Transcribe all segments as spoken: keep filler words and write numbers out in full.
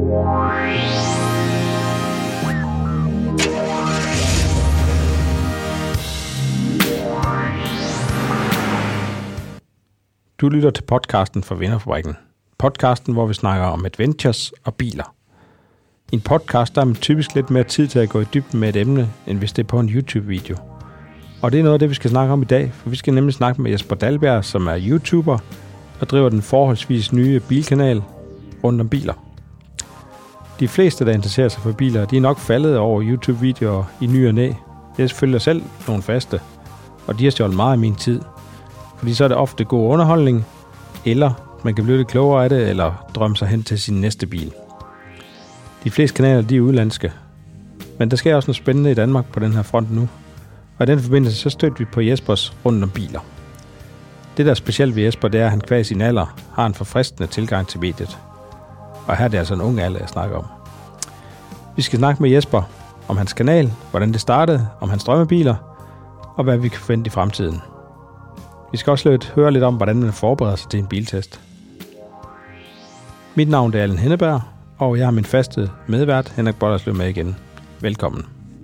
Du lytter til podcasten fra Vinderfabrikken. Podcasten, hvor vi snakker om adventures og biler. I en podcast, der er man typisk lidt mere tid til at gå i dybden med et emne, end hvis det er på en YouTube-video. Og det er noget af det, vi skal snakke om i dag, for vi skal nemlig snakke med Jesper Dalbjerg, som er YouTuber og driver den forholdsvis nye bilkanal rundt om biler. De fleste, der interesserer sig for biler, de er nok faldet over YouTube-videoer i ny og næ. Jeg følger selv nogle faste, og de har stjålet meget af min tid. Fordi så er det ofte god underholdning, eller man kan blive lidt klogere af det, eller drømme sig hen til sin næste bil. De fleste kanaler, de er udlandske. Men der sker også noget spændende i Danmark på den her front nu. Og i den forbindelse, så støtter vi på Jespers rundt om biler. Det, der er specielt ved Jesper, det er, at han kvad sin alder har en forfriskende tilgang til mediet. Og her er det altså en ung alder, jeg snakker om. Vi skal snakke med Jesper om hans kanal, hvordan det startede, om hans drømmebiler, og hvad vi kan forvente i fremtiden. Vi skal også lidt høre lidt om, hvordan man forbereder sig til en biltest. Mit navn er Allen Henneberg, og jeg har min faste medvært, Henrik Bollerslev, med igen. Velkommen.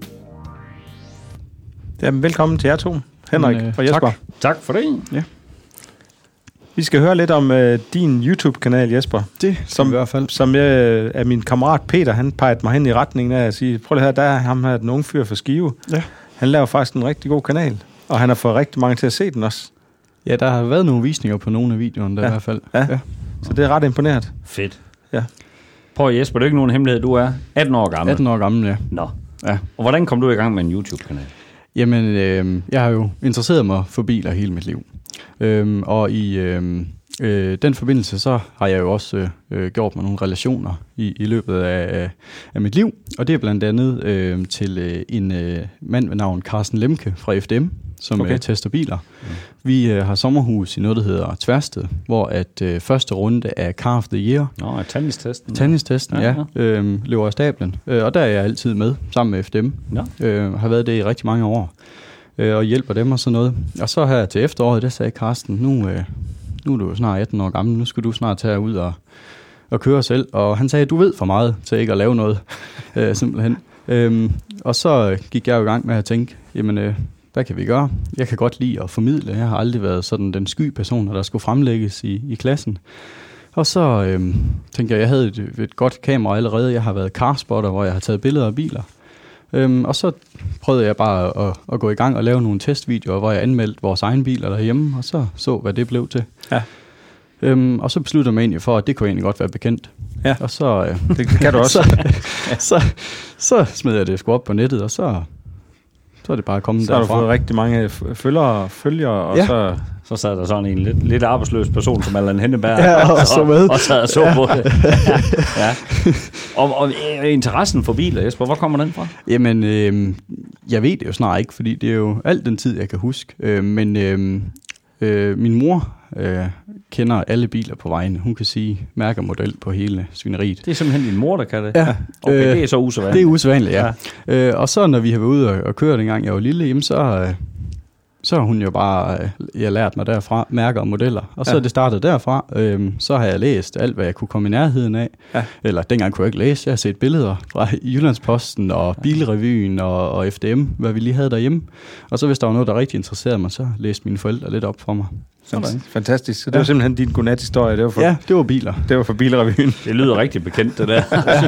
Jamen, velkommen til jer to, Henrik øh, og Jesper. Tak, tak for det. Ja. Vi skal høre lidt om uh, din YouTube-kanal, Jesper. Det som, i hvert fald. Som jeg, er min kammerat Peter, han pegede mig hen i retningen af at sige, prøv lige her, der er ham her, den unge fyr for Skive. Ja. Han laver faktisk en rigtig god kanal, og han har fået rigtig mange til at se den også. Ja, der har været nogle visninger på nogle af videoerne der ja. i hvert fald. Ja. ja, så det er ret imponeret. Fedt. Ja. Prøv Jesper, det er ikke nogen hemmelighed, du er atten år gammel. atten år gammel, ja. Nå. Ja. Og hvordan kom du i gang med en YouTube-kanal? Jamen, øh, jeg har jo interesseret mig for biler hele mit liv. Øhm, og i øh, øh, den forbindelse, så har jeg jo også øh, gjort mig nogle relationer i, i løbet af, af mit liv. Og det er blandt andet øh, til øh, en øh, mand ved navn Carsten Lemke fra F D M, som okay. øh, tester biler. Mm. Vi øh, har sommerhus i noget, der hedder Tværsted, hvor at øh, første runde af Car of the Year. Nå, Tennistesten. Tennistesten, ja. ja øh, løber af stablen. Øh, og der er jeg altid med, sammen med F D M. Ja. Øh, har været det i rigtig mange år. Øh, og hjælper dem og sådan noget. Og så her til efteråret, der sagde Carsten, nu, øh, nu er du snart atten år gammel, nu skal du snart tage ud og, og køre selv. Og han sagde, du ved for meget til ikke at lave noget, øh, simpelthen. Øhm, og så gik jeg jo i gang med at tænke, jamen, øh, hvad kan vi gøre? Jeg kan godt lide at formidle. Jeg har aldrig været sådan den sky person, der skulle fremlægges i, i klassen. Og så øh, tænkte jeg, jeg havde et, et godt kamera allerede. Jeg har været carspotter, hvor jeg har taget billeder af biler. Øhm, og så prøvede jeg bare at, at gå i gang og lave nogle testvideoer, hvor jeg anmeldte vores egen biler derhjemme, og så så, hvad det blev til. Ja. Øhm, og så besluttede jeg mig egentlig for, at det kunne egentlig godt være bekendt. Ja. Og så, øh, det, det kan du også. så, så, så smed jeg det sgu op på nettet, og så, så er det bare kommet derfra. derfra. Så har du fået rigtig mange følgere, følgere og ja. så... Så sad der sådan en lidt, lidt arbejdsløs person, som Allan Henneberg, ja, og, så med. og, og sad og så ja. på det. Ja. ja. Og, og interessen for biler, Jesper, hvor kommer den fra? Jamen, øh, jeg ved det jo snart ikke, fordi det er jo alt den tid, jeg kan huske. Øh, men øh, øh, min mor øh, kender alle biler på vejen. Hun kan sige mærke og model på hele svineriet. Det er simpelthen din mor, der kan det? Ja. Okay, øh, det er så usædvanligt. Det er usædvanligt, ja. ja. Øh, og så når vi har været ude og, og køre, dengang jeg var lille, jamen så... Øh, Så har hun jo bare, jeg lært mig derfra, mærker og modeller. Og så ja. er det startet derfra. Øhm, så har jeg læst alt, hvad jeg kunne komme i nærheden af. Ja. Eller dengang kunne jeg ikke læse. Jeg har set billeder fra Jyllandsposten og Bilrevyen og, og F D M, hvad vi lige havde derhjemme. Og så hvis der var noget, der rigtig interesserede mig, så læste mine forældre lidt op for mig. Sådan. Fantastisk. Så det ja. var simpelthen din godnat-historie. Det var for, ja, det var biler. Det var for Bilrevyen. Det lyder rigtig bekendt, det der.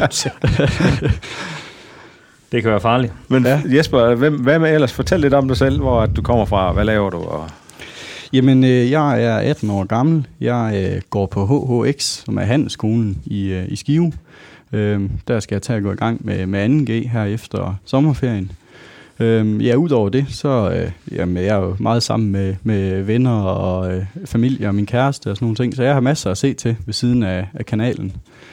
Det kan være farligt. Men ja. Jesper, hvem, hvad med ellers? Fortæl lidt om dig selv, hvor du kommer fra. Hvad laver du? Og... Jamen, øh, jeg er atten år gammel. Jeg øh, går på H H X, som er handelsskolen i, øh, i Skive. Øh, der skal jeg tage at gå i gang med, med anden G her efter sommerferien. Øh, ja, udover det, så øh, jamen, jeg er jo meget sammen med, med venner og øh, familie og min kæreste og sådan nogle ting. Så jeg har masser at se til ved siden af, af kanalen.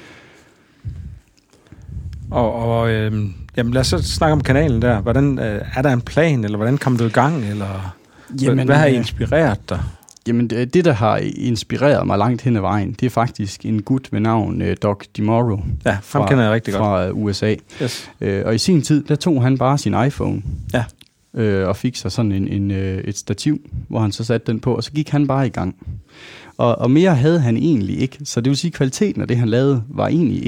Og, og øh, jamen lad os så snakke om kanalen der. Hvordan, øh, er der en plan, eller hvordan kom du i gang? Eller jamen, hvad har inspireret dig? Jamen det, det, der har inspireret mig langt hen ad vejen, det er faktisk en gut ved navn uh, Doug DeMauro. Ja, ham kender jeg rigtig godt. Fra U S A. Yes. Uh, og i sin tid, der tog han bare sin iPhone. Ja. Uh, og fik sig sådan en, en, uh, et stativ, hvor han så satte den på, og så gik han bare i gang. Og, og mere havde han egentlig ikke. Så det vil sige, at kvaliteten af det, han lavede, var egentlig ikke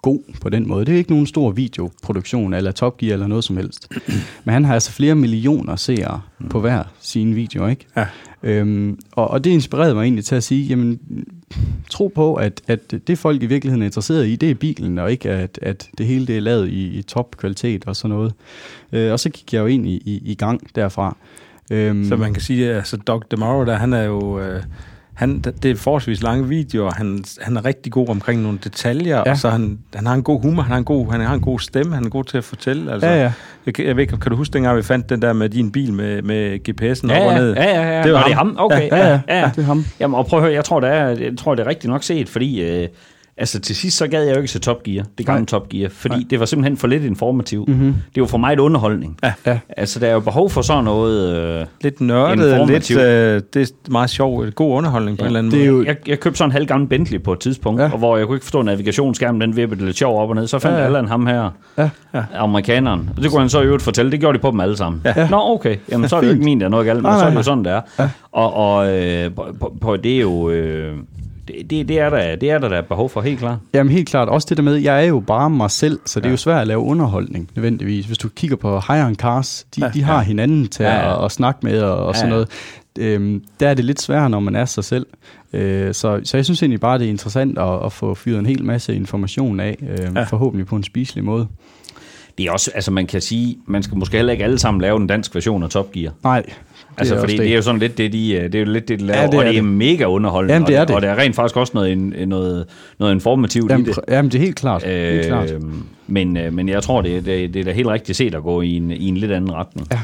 god på den måde. Det er ikke nogen stor videoproduktion eller Top Gear eller noget som helst. Men han har altså flere millioner seere mm. på hver sin video, ikke? Ja. Øhm, og, og det inspirerede mig egentlig til at sige, jamen, tro på, at, at det folk i virkeligheden er interesseret i, det er bilen, og ikke at, at det hele det er lavet i, i topkvalitet og sådan noget. Øh, og så gik jeg jo ind i, i, i gang derfra. Øhm, så man kan sige, at altså, Doug DeMauro, der, han er jo... Øh Han, det er forholdsvis lange videoer, han, han er rigtig god omkring nogle detaljer, ja. Og så han, han har en god humor, han har en god, han har en god stemme, han er god til at fortælle. Altså, ja, ja. Jeg, jeg ved ikke, kan du huske dengang, vi fandt den der med din bil med, med G P S'en ja, op og ned? Ja, ja, ja. Det var, var ham. Det ham? Okay, ja, ja, ja, ja, ja. Det er ham. Jamen, og prøv at høre, jeg tror, det er, jeg tror, det er rigtigt nok set, fordi... Øh, Altså til sidst så gad jeg jo ikke se Top Gear, det gamle Top Gear, fordi Nej. det var simpelthen for lidt informativt. Mm-hmm. Det var for mig et underholdning. Ja. Ja. Altså der er jo behov for sådan noget øh, lidt nørdet, lidt, øh, det er meget sjovt, god underholdning på ja. en eller anden det måde. Jo, jeg, jeg købte sådan en halv gammel Bentley på et tidspunkt, ja. og hvor jeg kunne ikke forstå navigationsskærmen, den vippede lidt sjov op og ned. Så fandt ja, ja. Allan ham her, ja. Ja. amerikaneren. Og det kunne han så i øvrigt fortælle, det gjorde de på dem alle sammen. Ja. Nå okay, jamen så er det jo ikke min, der er noget galt, men så er det jo sådan, det er. Ja. Og, og øh, på, på det er jo... Øh, Det, det, det, er der, det er der, der er behov for, helt klart. Jamen helt klart. Også det der med, jeg er jo bare mig selv, så det ja. er jo svært at lave underholdning, nødvendigvis. Hvis du kigger på Hire and Cars, de, ja, de har ja. hinanden til ja, ja. At, at snakke med og, og ja, sådan noget. Øhm, der er det lidt sværere, når man er sig selv. Øh, så, så jeg synes egentlig bare, det er interessant at, at få fyret en hel masse information af, øh, ja. forhåbentlig på en spiselig måde. Det er også, altså man kan sige, man skal måske heller ikke alle sammen lave den danske version af Top Gear. Nej. Altså, fordi det. det er jo sådan lidt det, de, det er jo lidt det, de laver, ja, det og det er det. mega underholdende, jamen, det er og, det. og der er rent faktisk også noget, noget, noget informativt jamen, i det. Jamen, det er helt klart. Øh, helt klart. Men, men jeg tror, det, det, det er da helt rigtigt set at gå i en, i en lidt anden retning. Ja.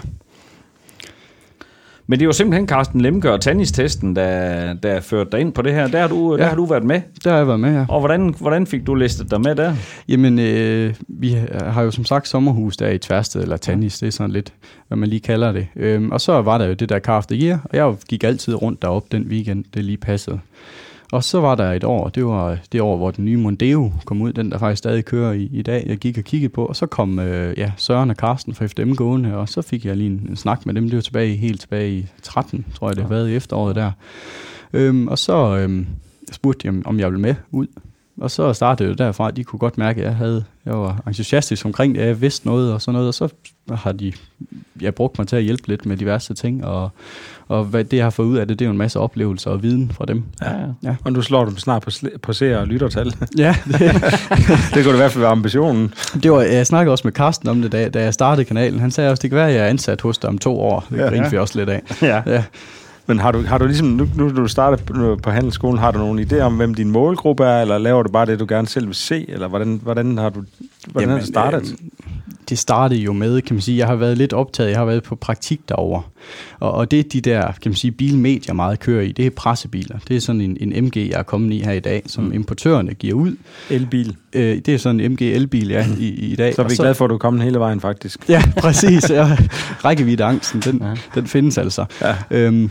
Men det er jo simpelthen Carsten Lemke og Tannis-testen, der, der førte dig ind på det her. Der har du, ja. der har du været med. Der har jeg været med, ja. Og hvordan, hvordan fik du listet dig med der? Jamen, øh, vi har jo som sagt sommerhus der i Tversted, eller Tannis, det er sådan lidt, hvad man lige kalder det. Øhm, og så var der jo det der Car of the Year, og jeg gik altid rundt derop den weekend, det lige passede. Og så var der et år, det var det år, hvor den nye Mondeo kom ud, den der faktisk stadig kører i, i dag, jeg gik og kiggede på, og så kom øh, ja, Søren og Carsten fra F D M gående, og så fik jeg lige en, en snak med dem, det var tilbage, helt tilbage i tretten, tror jeg det har været i efteråret der. Øhm, og så øhm, spurgte de, om jeg ville med ud, og så startede det derfra, de kunne godt mærke, at jeg, havde, jeg var entusiastisk omkring det, jeg vidste noget og sådan noget, og så har de jeg brugt mig til at hjælpe lidt med diverse ting, og, og hvad det jeg har fået ud af det, det er jo en masse oplevelser og viden fra dem. Ja, ja. Og nu slår du dem snart på, på seer- og lyttertal. Ja. Det, det kunne i hvert fald være ambitionen. Det var, jeg snakkede også med Carsten om det, da, da jeg startede kanalen. Han sagde også, det kan være, at jeg er ansat hos dig om to år. Det ja, griner vi også lidt af. Ja. Ja. Men har du, har du ligesom, nu, nu du starter på handelsskolen, har du nogle idéer om, hvem din målgruppe er, eller laver du bare det, du gerne selv vil se, eller hvordan, hvordan har du hvordan Jamen, har det startet? Øh, det startede jo med, kan man sige, jeg har været lidt optaget, jeg har været på praktik derovre, og, og det er de der, kan man sige, bilmedier meget kører i, det er pressebiler. Det er sådan en, en M G, jeg er kommet i her i dag, som mm. importørerne giver ud. Elbil. Øh, det er sådan en M G elbil, ja, i, i dag. Så er vi så, glade for, at du er kommet hele vejen, faktisk. Ja, præcis. Ja. Rækkeviddeangsten, den, ja. den findes altså. Ja. Øhm,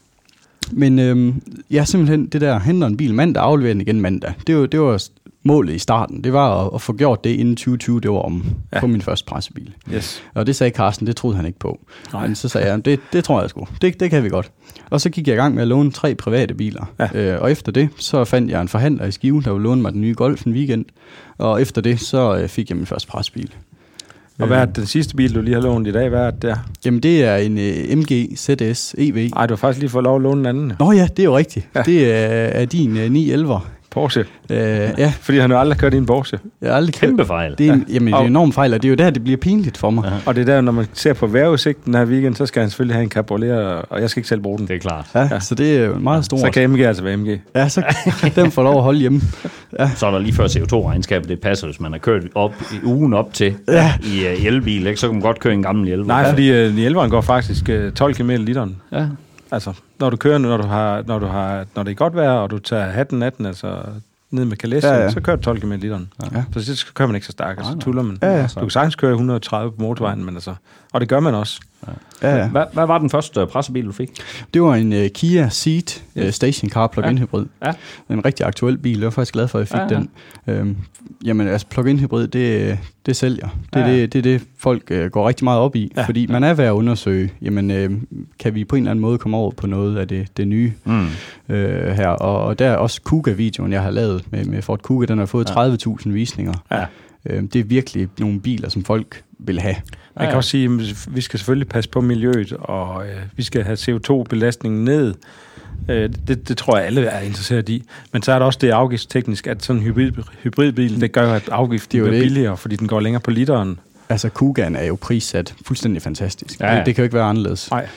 Men øhm, ja, simpelthen det der, henter en bil mandag, afleverer den igen mandag. Det var, det var målet i starten. Det var at, at få gjort det inden tyve tyve, det var om ja. på min første pressebil. Yes. Og det sagde Carsten, det troede han ikke på. Nej. Men så sagde jeg, det, det tror jeg sgu. Det, det kan vi godt. Og så gik jeg i gang med at låne tre private biler. Ja. Øh, og efter det, så fandt jeg en forhandler i Skive, der ville låne mig den nye Golf en weekend. Og efter det, så øh, fik jeg min første pressebil. Og hvad er den sidste bil, du lige har lånt i dag? Hvad er det der? Jamen, det er en uh, M G Z S E V. Ej, du har faktisk lige fået lov at låne den anden. Nå ja, det er jo rigtigt. Ja. Det er, er din uh, ni elleve. Porsche. Uh, ja. Fordi han har aldrig kørt i en Porsche. Jeg har aldrig Kæmpe kørt. Fejl. Det er en, ja. Jamen, det er en enorm fejl, og det er jo der, det bliver pinligt for mig. Ja. Og det er der, når man ser på vejrudsigten her weekend, så skal han selvfølgelig have en cabriolet, og jeg skal ikke selv bruge den. Det er klart. Ja, ja. Så det er jo meget stort. Så kan M G altså være M G. Ja, så den får lov at holde hjemme. Ja. Så er der lige før C O to regnskabet, det passer, hvis man har kørt op i ugen op til ja. i uh, elbil, ikke? Så kan man godt køre en gammel elbil. Nej, fordi uh, elveren går faktisk uh, tolv kilometer literen. Ja. Altså, når du kører, når du har, når du har, når det er godt vejr, og du tager hatten natten, altså ned med kalessen, ja, ja. så kører du tolv kilometer literen. Ja. Så så kører man ikke så stærkt, altså tuller man. Ja, ja. Du kan sagtens køre et hundrede og tredive på motorvejen, men altså, og det gør man også. Ja, ja. Hvad, hvad var den første pressebil, du fik? Det var en uh, Kia Ceed uh, stationcar plug-in ja. hybrid. Ja. En rigtig aktuel bil. Jeg var faktisk glad for, at jeg fik ja, ja. den. Øhm, jamen altså plug-in hybrid, det, det sælger. Det, ja. det, det er det, folk øh, går rigtig meget op i, ja. fordi man er ved at undersøge, jamen øh, kan vi på en eller anden måde komme over på noget af det, det nye mm. øh, her. Og, og der er også Kuga-videoen, jeg har lavet med, med Ford Kuga, den har fået tredive tusind visninger. Ja. Øh, det er virkelig nogle biler, som folk vil have. Man kan også sige, at vi skal selvfølgelig passe på miljøet, og øh, vi skal have C O to belastningen ned. Øh, det, det tror jeg, alle er interesseret i. Men så er der også det afgiftsteknisk, at sådan en hybrid, hybridbil, det gør, at afgiften bliver billigere, fordi den går længere på literen. Altså, Kugaen er jo prissat fuldstændig fantastisk. Ja, ja. Det, det kan jo ikke være anderledes. Nej.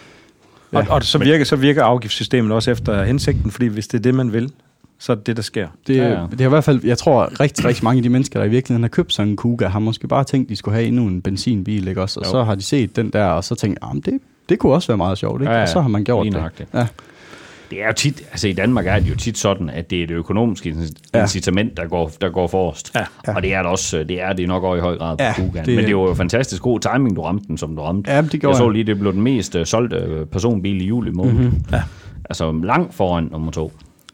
Ja. Og, og så, virker, så virker afgiftssystemet også efter hensigten, fordi hvis det er det, man vil, så er det det, der sker. Det, ja, ja. det er i hvert fald, jeg tror, rigtig, rigtig mange af de mennesker, der i virkeligheden har købt sådan en Kuga, har måske bare tænkt, de skulle have endnu en benzinbil, ikke også? Og jo. Så har de set den der, og så tænkt, ah, det, det kunne også være meget sjovt, ikke? Ja, ja. Og så har man gjort det. Ja. Det er jo tit, altså i Danmark er det jo tit sådan, at det er det økonomiske incitament, der går, der går forrest. Ja. Ja. Og det er det også, det er det nok også i høj grad på ja, Kugaen. Men det var jo fantastisk god timing, du ramte den, som du ramte. Ja, det jeg så lige, det blev den mest uh, solgte personbil i juli måned. Mm-hmm. Ja. Altså langt foran nummer to.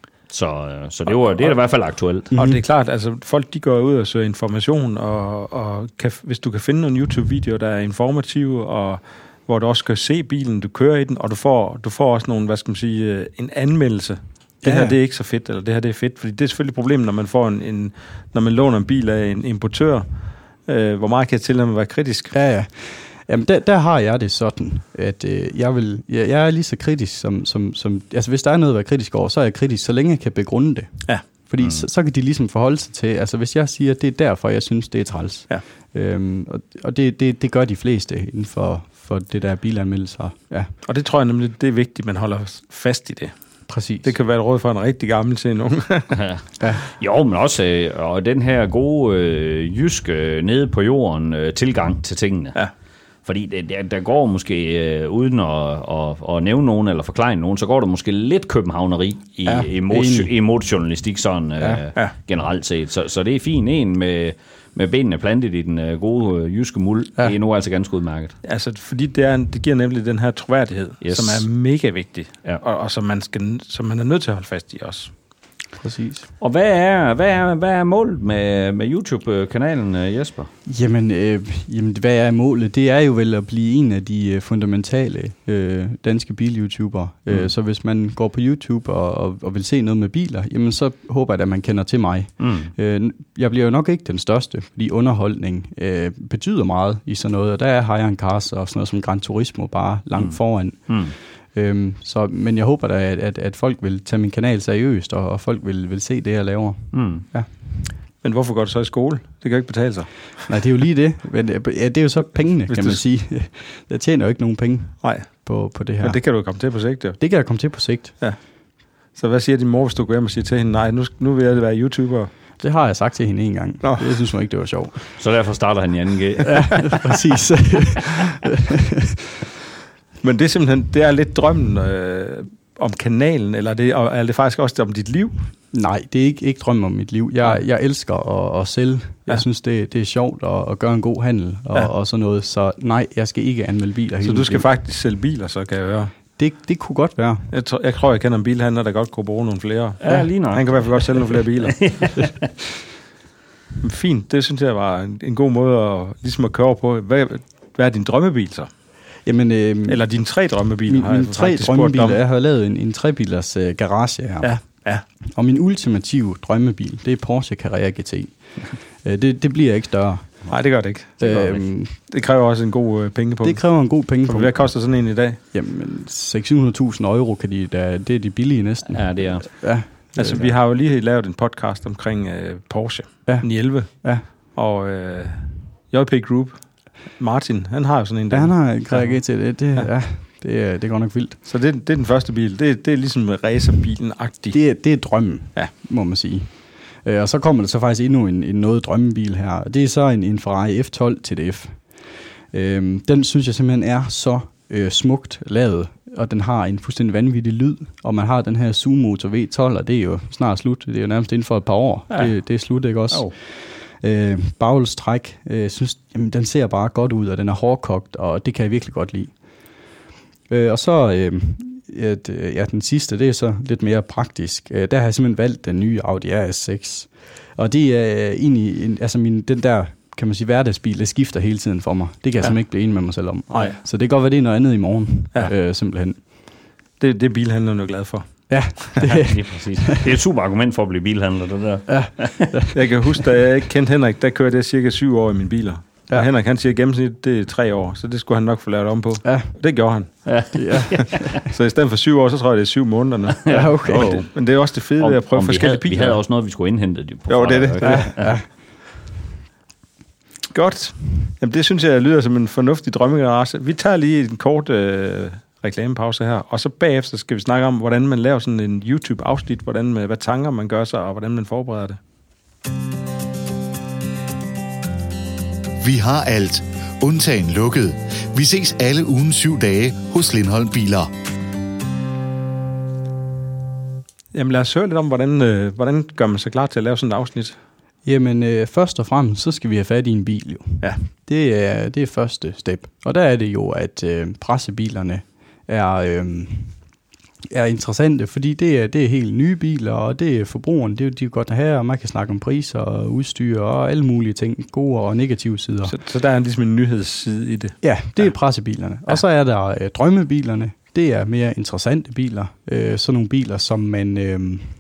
Så, så det, var, det er i hvert fald aktuelt. Mm-hmm. Og det er klart, altså folk de går ud og søger information, og, og kan, hvis du kan finde nogle YouTube-videoer, der er informative, og hvor du også kan se bilen, du kører i den, og du får, du får også nogle, hvad skal man sige, en anmeldelse. Det ja. her, det er ikke så fedt, eller det her, det er fedt. Fordi det er selvfølgelig problemet, når man får en, en når man låner en bil af en importør. Øh, hvor meget kan jeg tillade mig at være kritisk? Ja, ja. Jamen, der, der har jeg det sådan, at øh, jeg vil, jeg, jeg er lige så kritisk som, som, som, altså hvis der er noget at være kritisk over, så er jeg kritisk, så længe jeg kan begrunde det. Ja. Fordi mm. så, så kan de ligesom forholde sig til, altså hvis jeg siger, at det er derfor, jeg synes, det er træls. Ja. Øhm, og og det, det, det gør de fleste inden for, for det der bilanmeldelser. Ja. Og det tror jeg nemlig, det er vigtigt, at man holder fast i det. Præcis. Det kan være et råd for en rigtig gammel til nogen. ja. Ja. Jo, men også øh, og den her gode øh, jyske nede på jorden øh, tilgang til tingene. Ja. Fordi det, der, der går måske, øh, uden at, at, at nævne nogen eller forklare nogen, så går der måske lidt københavneri i, ja, i, motor, i motorjournalistik sådan ja, øh, ja. generelt set. Så, så det er fint en med, med benene plantet i den øh, gode øh, jyske muld. Ja. Det er nu altså ganske udmærket. Altså, fordi det, er, det giver nemlig den her troværdighed, yes. som er mega vigtig, ja. og, og som, man skal, som man er nødt til at holde fast i også. Præcis. Og hvad er, hvad er, hvad er målet med, med YouTube-kanalen, Jesper? Jamen, øh, jamen, hvad er målet? Det er jo vel at blive en af de fundamentale øh, danske bil-YouTubere. Mm. Øh, så hvis man går på YouTube og, og, og vil se noget med biler, jamen så håber jeg, at man kender til mig. Mm. Øh, jeg bliver jo nok ikke den største, fordi underholdning øh, betyder meget i sådan noget, og der er Hire and Cars og sådan noget som Gran Turismo bare langt mm. foran. Mm. Øhm, så, men jeg håber da, at, at, at folk vil tage min kanal seriøst, og, og folk vil, vil se det, jeg laver. Mm. Ja. Men hvorfor går du så i skole? Det kan jo ikke betale sig. Nej, det er jo lige det. Men, ja, det er jo så pengene, Hvis kan man du... sige. Jeg tjener jo ikke nogen penge Nej. På, på det her. Men det kan du komme til på sigt, jo. Det kan jeg komme til på sigt. Ja. Så hvad siger din mor, hvis du går hjem og siger til hende, nej, nu, nu vil jeg være YouTuber? Det har jeg sagt til hende en gang. Nå. Det synes hun ikke, det var sjovt. Så derfor starter han i anden G. Ja, præcis. Men det er simpelthen, det er lidt drømmen øh, om kanalen, eller det, og er det faktisk også om dit liv? Nej, det er ikke, ikke drømmen om mit liv. Jeg, jeg elsker at, at sælge. Jeg ja. synes, det, det er sjovt at, at gøre en god handel og, ja. og sådan noget. Så nej, jeg skal ikke anmelde biler. Så du skal liv. faktisk sælge biler, så kan jeg høre? Det, det kunne godt være. Jeg tror, jeg, tror, jeg kender en bilhandler, der godt kunne bruge nogle flere. Ja, lige nok. Han kan i hvert fald godt sælge nogle flere biler. Fint, det synes jeg var en, en god måde at, ligesom at køre på. Hvad, hvad er din drømmebil så? Jamen, øh, Eller dine tre drømmebiler? Min, mine tre drømmebiler, jeg har lavet en, en trebilers øh, garage her. Ja, ja. Og min ultimative drømmebil, det er Porsche Carrera G T. det, det bliver ikke større. Nej, det gør det ikke. Det, gør øhm, det, ikke. Det kræver også en god øh, pengepunkt. Det kræver en god pengepunkt. Hvad koster sådan en i dag? Jamen, seks hundrede tusind euro, kan de, der, det er de billige næsten. Ja, det er. Ja. Altså, vi har jo lige lavet en podcast omkring øh, Porsche ja. ni elleve. Ja. Og øh, J P Group. Martin, han har jo sådan en der. Ja, han har en Carrera G T. Det, det, ja. Ja, det, er, det går nok vildt. Så det, det er den første bil. Det, det er ligesom racerbilen-agtig. Det, er, det er drømmen, ja. må man sige. Øh, og så kommer der så faktisk endnu en, en noget drømmebil her. Og det er så en, en Ferrari F tolv T D F. Øh, den synes jeg simpelthen er så øh, smukt lavet. Og den har en fuldstændig vanvittig lyd. Og man har den her Zoom-motor V tolv, og det er jo snart slut. Det er jo nærmest inden for et par år. Ja. Det, det er slut, ikke også? Oh. Øh, baghjulstræk, øh, synes, jamen, den ser bare godt ud, og den er hårdkogt, og det kan jeg virkelig godt lide. Øh, og så, øh, et, ja, den sidste, det er så lidt mere praktisk. Øh, der har jeg simpelthen valgt den nye Audi R S seks. Og det er egentlig, en, altså min, den der, kan man sige, hverdagsbil, det skifter hele tiden for mig. Det kan jeg ja. simpelthen ikke blive enig med mig selv om. Nej. Så det kan godt være, det er noget andet i morgen, ja. øh, simpelthen. Det, det er bilhandleren jo glad for. Ja, det er lige præcis. Det er et super argument for at blive bilhandler, det der. Ja. Jeg kan huske, da jeg ikke kendte Henrik, der kørte jeg cirka syv år i mine biler. Ja. Og Henrik, han siger gennemsnit, det er tre år, så det skulle han nok få lavet om på. Ja. Det gjorde han. Ja. Ja. Så i stedet for syv år, så tror jeg, det er syv måneder nu. Ja, okay. Men det, men det er også det fede ved at prøve om forskellige havde, biler. Vi havde også noget, vi skulle indhente på. Jo, det er det. Ja. Ja. Godt. Jamen, det synes jeg lyder som en fornuftig drømmegarage. Vi tager lige en kort øh, reklamepause her, og så bagefter skal vi snakke om, hvordan man laver sådan en YouTube-afsnit, hvordan, hvad tanker man gør sig, og hvordan man forbereder det. Vi har alt. Undtagen lukket. Vi ses alle ugen syv dage hos Lindholm Biler. Jamen lad os høre lidt om, hvordan, øh, hvordan gør man sig klar til at lave sådan et afsnit? Jamen øh, først og fremmest, så skal vi have fat i en bil jo. Ja. Det er, det er første step. Og der er det jo, at øh, pressebilerne er... Øh, er interessante, fordi det er, det er helt nye biler, og det er forbrugerne, det er jo de godt have, og man kan snakke om priser og udstyr og alle mulige ting, gode og negative sider. Så, så der er ligesom en nyhedsside i det? Ja, det ja. er pressebilerne. Ja. Og så er der øh, drømmebilerne, det er mere interessante biler, øh, sådan nogle biler, som man... Øh,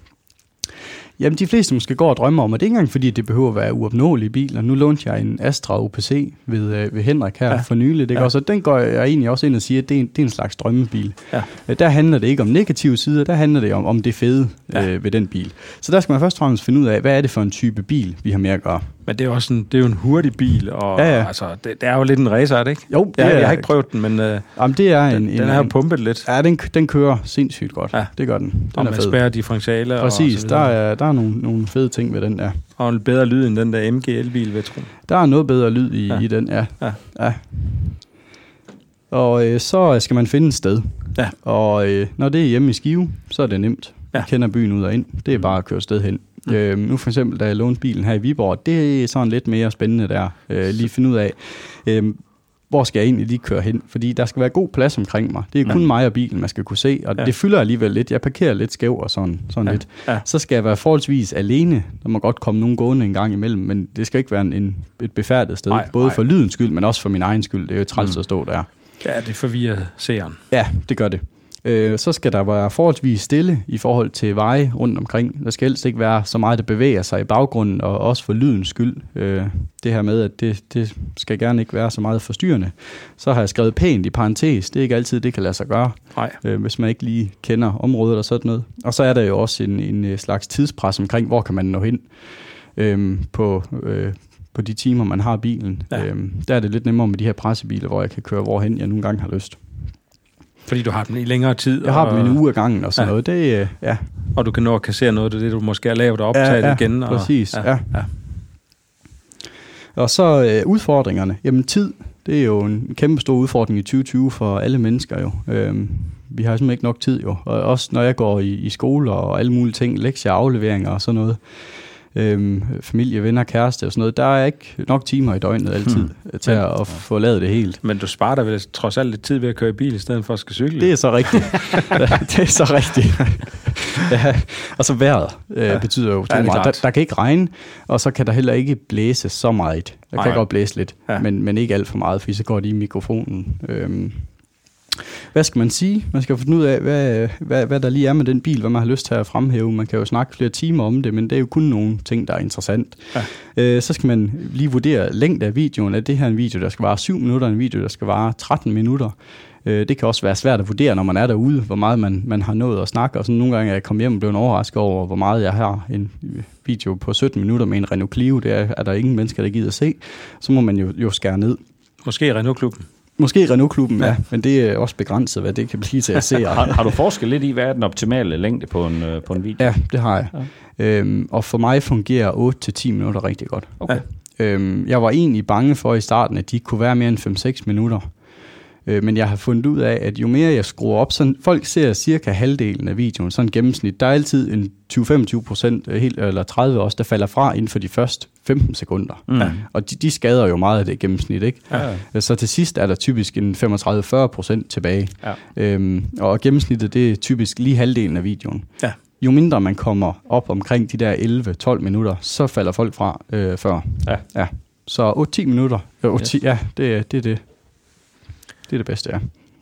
Jamen, de fleste måske går og drømmer om, og det er ikke engang fordi, det behøver at være uopnåelige biler. Nu lånte jeg en Astra O P C ved, øh, ved Henrik her ja. for nylig, det ja. så den går jeg egentlig også ind og siger, at det er en, det er en slags drømmebil. Ja. Der handler det ikke om negative sider, der handler det om, om det fede ja. øh, ved den bil. Så der skal man først og fremmest finde ud af, hvad er det for en type bil, vi har med at gøre. Men det er, også en, det er jo en hurtig bil, og ja, ja. Altså, det, det er jo lidt en racer, er det ikke? Jo, det ja, er, jeg har ikke prøvet den, men øh, jamen, det er den, en, den er jo pumpet lidt. Ja, den, den kører sindssygt godt. Ja. Det gør den. Den og er man fed. spærrer differentialer. Præcis, og der er, der er nogle, nogle fede ting ved den der. Og en bedre lyd end den der M G elbil, vil jeg tro. Der er noget bedre lyd i, ja. i den, ja. ja. ja. Og øh, så skal man finde et sted. Ja. Og øh, når det er hjemme i Skive, så er det nemt. Ja. Jeg kender byen ud og ind. Det er bare at køre sted hen. Mm. Øh, nu for eksempel, da jeg lånte bilen her i Viborg, det er sådan lidt mere spændende der. Øh, lige finde ud af, øh, hvor skal jeg egentlig lige køre hen? Fordi der skal være god plads omkring mig. Det er kun ja. mig og bilen, man skal kunne se. Og ja. det fylder alligevel lidt. Jeg parkerer lidt skæv og sådan, sådan ja. lidt. Ja. Så skal jeg være forholdsvis alene. Der må godt komme nogen gående en gang imellem, men det skal ikke være en, en, et befærdet sted. Nej, både nej. for lydens skyld, men også for min egen skyld. Det er jo træls mm. at stå der. Ja, det forvirrer seeren. Ja, det gør det. Øh, så skal der være forholdsvis stille i forhold til veje rundt omkring. Der skal helst ikke være så meget, der bevæger sig i baggrunden, og også for lydens skyld. Øh, det her med, at det, det skal gerne ikke være så meget forstyrrende. Så har jeg skrevet pænt i parentes. Det er ikke altid, det kan lade sig gøre, øh, hvis man ikke lige kender området og sådan noget. Og så er der jo også en, en slags tidspres omkring, hvor kan man nå hen øh, på... Øh, på de timer, man har bilen. Ja. Øhm, der er det lidt nemmere med de her pressebiler, hvor jeg kan køre hvorhen jeg nogle gange har lyst. Fordi du har dem i længere tid? Jeg har dem i en uge af gangen og sådan ja. noget. Det, ja. Og du kan nå at kassere noget af det, du måske har lavet og optaget ja, ja, igen. Og, præcis, ja. ja. ja. Og så øh, udfordringerne. Jamen tid, det er jo en kæmpe stor udfordring i tyve tyve for alle mennesker jo. Øhm, vi har simpelthen ikke nok tid jo. Og også når jeg går i, i skole og alle mulige ting, lektier, afleveringer og sådan noget, Øhm, familie, venner, kæreste og sådan noget. Der er ikke nok timer i døgnet altid hmm. til at, at få lavet det helt. Men du sparer dig vel trods alt lidt tid ved at køre i bil, i stedet for at skal cykle? Det er så rigtigt. det er så rigtigt. ja. Og så vejret øh, ja. betyder jo ja, meget. Der, der kan ikke regne, og så kan der heller ikke blæse så meget. Der kan Nej. godt blæse lidt, ja. men, men ikke alt for meget, for så går det i mikrofonen. Øhm. Hvad skal man sige? Man skal finde ud af, hvad, hvad, hvad der lige er med den bil, hvad man har lyst til at fremhæve. Man kan jo snakke flere timer om det, men det er jo kun nogle ting, der er interessant. Ja. Øh, så skal man lige vurdere længden af videoen. Er det her en video, der skal vare syv minutter, en video, der skal vare tretten minutter? Øh, det kan også være svært at vurdere, når man er derude, hvor meget man, man har nået at snakke. Og sådan nogle gange er jeg kommet hjem og blevet overrasket over, hvor meget jeg har en video på sytten minutter med en Renault Clio. Det er, er der ingen mennesker, der gider at se. Så må man jo, jo skære ned. Måske Renault-klubben. Måske Renault-klubben, ja. ja, men det er også begrænset, hvad det kan blive til at se. har, har du forsket lidt i, hvad er den optimale længde på en, på en video? Ja, det har jeg. Ja. Øhm, og for mig fungerer otte til ti minutter rigtig godt. Okay. Øhm, jeg var egentlig bange for i starten, at de kunne være mere end fem seks minutter. Øh, men jeg har fundet ud af, at jo mere jeg skruer op, sådan, folk ser cirka halvdelen af videoen, sådan en gennemsnit. Der er altid en tyve til femogtyve procent, eller tredive også, der falder fra inden for de første femten sekunder. Mm. Og de, de skader jo meget af det gennemsnit, ikke? Ja. Så til sidst er der typisk en femogtredive til fyrre procent tilbage. Ja. Øhm, og gennemsnittet, det er typisk lige halvdelen af videoen. Ja. jo mindre man kommer op omkring de der elleve tolv minutter, så falder folk fra øh, før. Ja. ja. Så otte til ti minutter, øh, otte, yes. ti, ja, det er det, det. Det er det bedste, ja.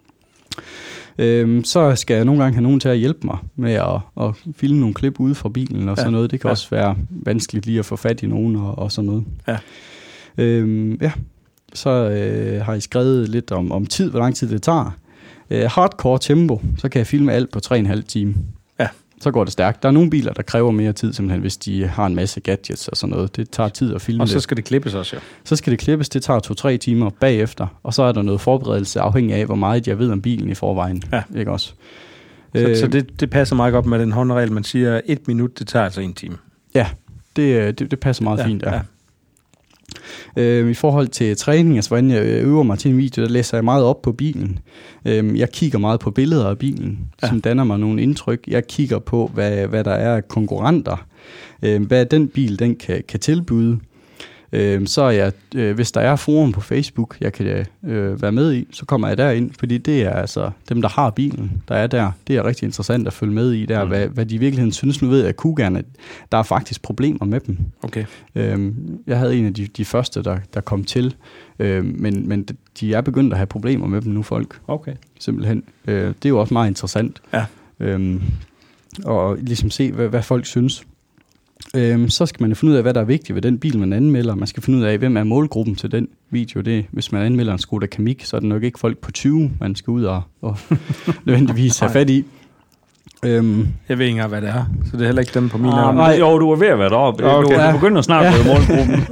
Øhm, så skal jeg nogle gange have nogen til at hjælpe mig med at, at filme nogle klip ude fra bilen og ja. sådan noget. Det kan ja. også være vanskeligt lige at få fat i nogen og, og sådan noget. Ja. Øhm, ja. Så øh, har I skrevet lidt om, om tid, hvor lang tid det tager. Øh, hardcore tempo, så kan jeg filme alt på tre og en halv time. Ja. Så går det stærkt. Der er nogle biler, der kræver mere tid, simpelthen, hvis de har en masse gadgets og sådan noget. Det tager tid at filme. Og så det. skal det klippes også, jo. Så skal det klippes, det tager to-tre timer bagefter. Og så er der noget forberedelse, afhængig af, hvor meget jeg ved om bilen i forvejen. Ja. Ikke også? Så, øh, så det, det passer meget godt med den håndregel, man siger, et minut, det tager altså en time. Ja, det, det, det passer meget ja, fint, ja. ja. Øh, I forhold til træning, altså hvordan jeg øver mig til en video, der læser jeg meget op på bilen. Øh, jeg kigger meget på billeder af bilen, ja. som danner mig nogle indtryk. Jeg kigger på, hvad, hvad der er af konkurrenter. Øh, hvad den bil den kan, kan tilbyde. Øh, så er jeg, øh, hvis der er forum på Facebook, jeg kan øh, være med i, så kommer jeg derind, fordi det er altså dem, der har bilen, der er der. Det er rigtig interessant at følge med i der, mm. hvad, hvad de i virkeligheden synes. Nu ved jeg, at Kugaerne, der er faktisk problemer med dem. Okay. Øh, jeg havde en af de, de første, der, der kom til, øh, men, men de er begyndt at have problemer med dem nu, folk. Okay. Simpelthen. Øh, det er jo også meget interessant. Ja. Øh, og ligesom se, hvad, hvad folk synes. Øhm, så skal man jo finde ud af, hvad der er vigtigt ved den bil, man anmelder. Man skal finde ud af, hvem er målgruppen til den video. Det, hvis man anmelder en Skoda Kamiq, så er det nok ikke folk på tyve, man skal ud og, og nødvendigvis have fat i. Øhm. Jeg ved ikke engang, hvad det er, så det er heller ikke dem på min ah, navn. Jo, du er ved at være deroppe. Okay. Du, du begynder snart ja. på målgruppen.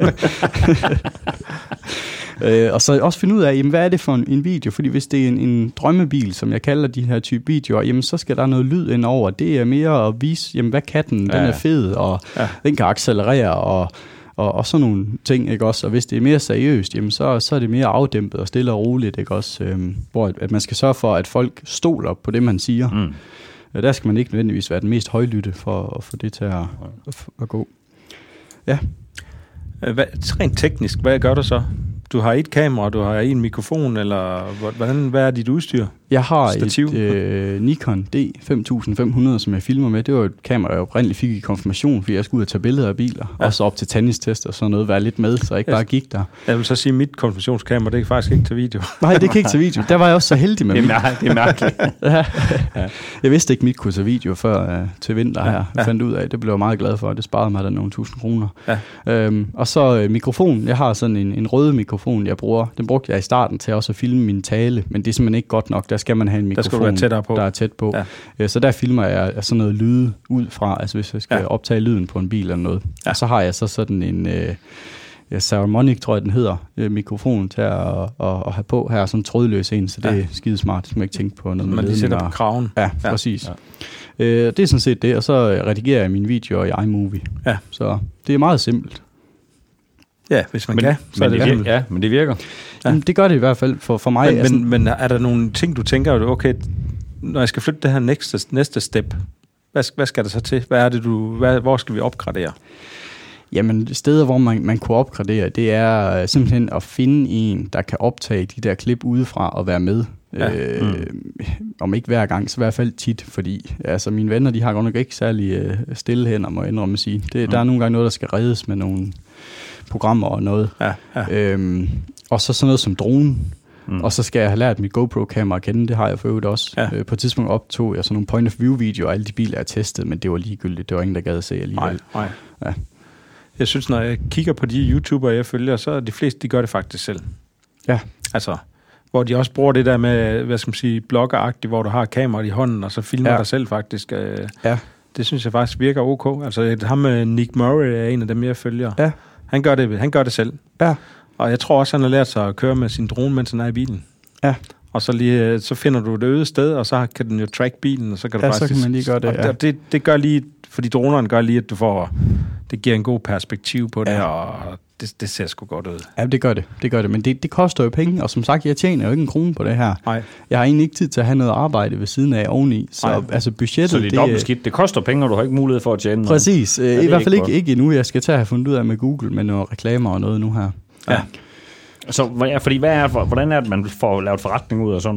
Øh, og så også finde ud af, jamen, hvad er det for en, en video? Fordi hvis det er en, en drømmebil, som jeg kalder de her type videoer, jamen, så skal der noget lyd ind over. Det er mere at vise, jamen, hvad kan den? Den ja, ja. er fed, og ja. den kan accelerere, og, og, og sådan nogle ting, ikke også? Og hvis det er mere seriøst, jamen, så, så er det mere afdæmpet og stille og roligt, ikke også? Øhm, hvor at, at man skal sørge for, at folk stoler på det, man siger. Mm. Øh, der skal man ikke nødvendigvis være den mest højlytte for at få det til at, at, at gå. Ja. Hvad, rent teknisk, hvad gør du så? Du har et kamera, du har en mikrofon, eller hvordan, hvad er dit udstyr? Jeg har Stativ? et øh, Nikon D fem tusind fem hundrede, som jeg filmer med. Det var et kamera, jeg oprindeligt fik i konfirmation, fordi jeg skulle ud og tage billeder af biler. Ja. Og så op til tennistest og sådan noget, være lidt med, så jeg ikke bare gik der. Jeg vil så sige, at mit konfirmationskamera, det kan faktisk ikke til video. Nej, det kan ikke til video. Der var jeg også så heldig med det. Er det er mærkeligt. ja. Ja. Jeg vidste ikke, mit kunne til video før uh, til vinter her. Jeg ja. fandt ud af, det blev jeg meget glad for. Det sparede mig da nogle tusind kroner. Ja. Øhm, og så uh, mikrofon. Jeg har sådan en, en rød mikrofon, jeg bruger. Den brugte jeg i starten til også at filme min tale, men det er simpelthen ikke godt nok. Der skal man have en mikrofon, der, på. der er tæt på. Ja. Så der filmer jeg sådan noget lyde ud fra, altså hvis jeg skal ja. optage lyden på en bil eller noget. Ja. Og så har jeg så sådan en øh, ja, Saramonic, tror jeg den hedder, øh, mikrofon til at, at, at have på her, sådan en trådløs en, så det ja. er skidesmart. Det skal man ikke tænke på noget. Man lige sætter på kraven. Ja, ja. præcis. Ja. Øh, det er sådan set det, og så redigerer jeg mine videoer i iMovie. Ja. Så det er meget simpelt. Ja, hvis man men, kan, så men er det, det virker. Ja, men det virker. Ja. Jamen, det gør det i hvert fald for, for mig. Men, altså, men, men er der nogle ting, du tænker, okay, når jeg skal flytte det her næste, næste step, hvad, hvad skal der så til? Hvad er det, du, hvad, hvor skal vi opgradere? Jamen, steder, hvor man, man kunne opgradere, det er simpelthen at finde en, der kan optage de der klip udefra og være med. Ja. Øh, mm. Om ikke hver gang, så i hvert fald tit, fordi altså, mine venner, de har godt nok ikke særlig øh, stille hænder, må jeg indrømme at sige. Det, mm. Der er nogle gange noget, der skal reddes med nogle programmer og noget. Ja, ja. Øhm, og så sådan noget som dronen. Mm. Og så skal jeg have lært mit GoPro-kamera at kende, det har jeg for øvrigt også. Ja. Øh, på et tidspunkt optog jeg sådan nogle point-of-view-videoer, og alle de biler er testet, men det var ligegyldigt. Det var ingen, der gad at se alligevel. Nej, nej. Ja. Jeg synes, når jeg kigger på de YouTubere, jeg følger, så er de fleste, de gør det faktisk selv. Ja. Altså, hvor de også bruger det der med, hvad skal man sige, bloggeragtigt, hvor du har kameraet i hånden, og så filmer ja. dig selv faktisk. Ja. Det synes jeg faktisk virker ok. Altså, ham med Nick Murray er en af dem, jeg følger. Ja. Han gør det, han gør det selv. Ja. Og jeg tror også, han har lært sig at køre med sin drone, mens han er i bilen. Ja. Og så, lige, så finder du det øde sted, og så kan den jo track bilen, og så kan du ja, faktisk... så kan man lige gøre det, ja. Og det, det gør lige, fordi dronerne gør lige, at du får... Det giver en god perspektiv på det, ja. og det, det ser sgu godt ud. Ja, det gør det. Det gør det, men det, det koster jo penge, og som sagt, jeg tjener jo ikke en krone på det her. Nej. Jeg har egentlig ikke tid til at have noget arbejde ved siden af oveni, så Nej. altså budgettet... Så det er dobbelt skidt. Det koster penge, og du har ikke mulighed for at tjene noget. Præcis. Ja, I hvert fald ikke, ikke endnu. Jeg skal tage at have fundet ud af med Google, med nogle reklamer og noget nu her. Ja. ja. Så ja, fordi hvad er, hvordan er det, man får lavet forretning ud af sådan noget her?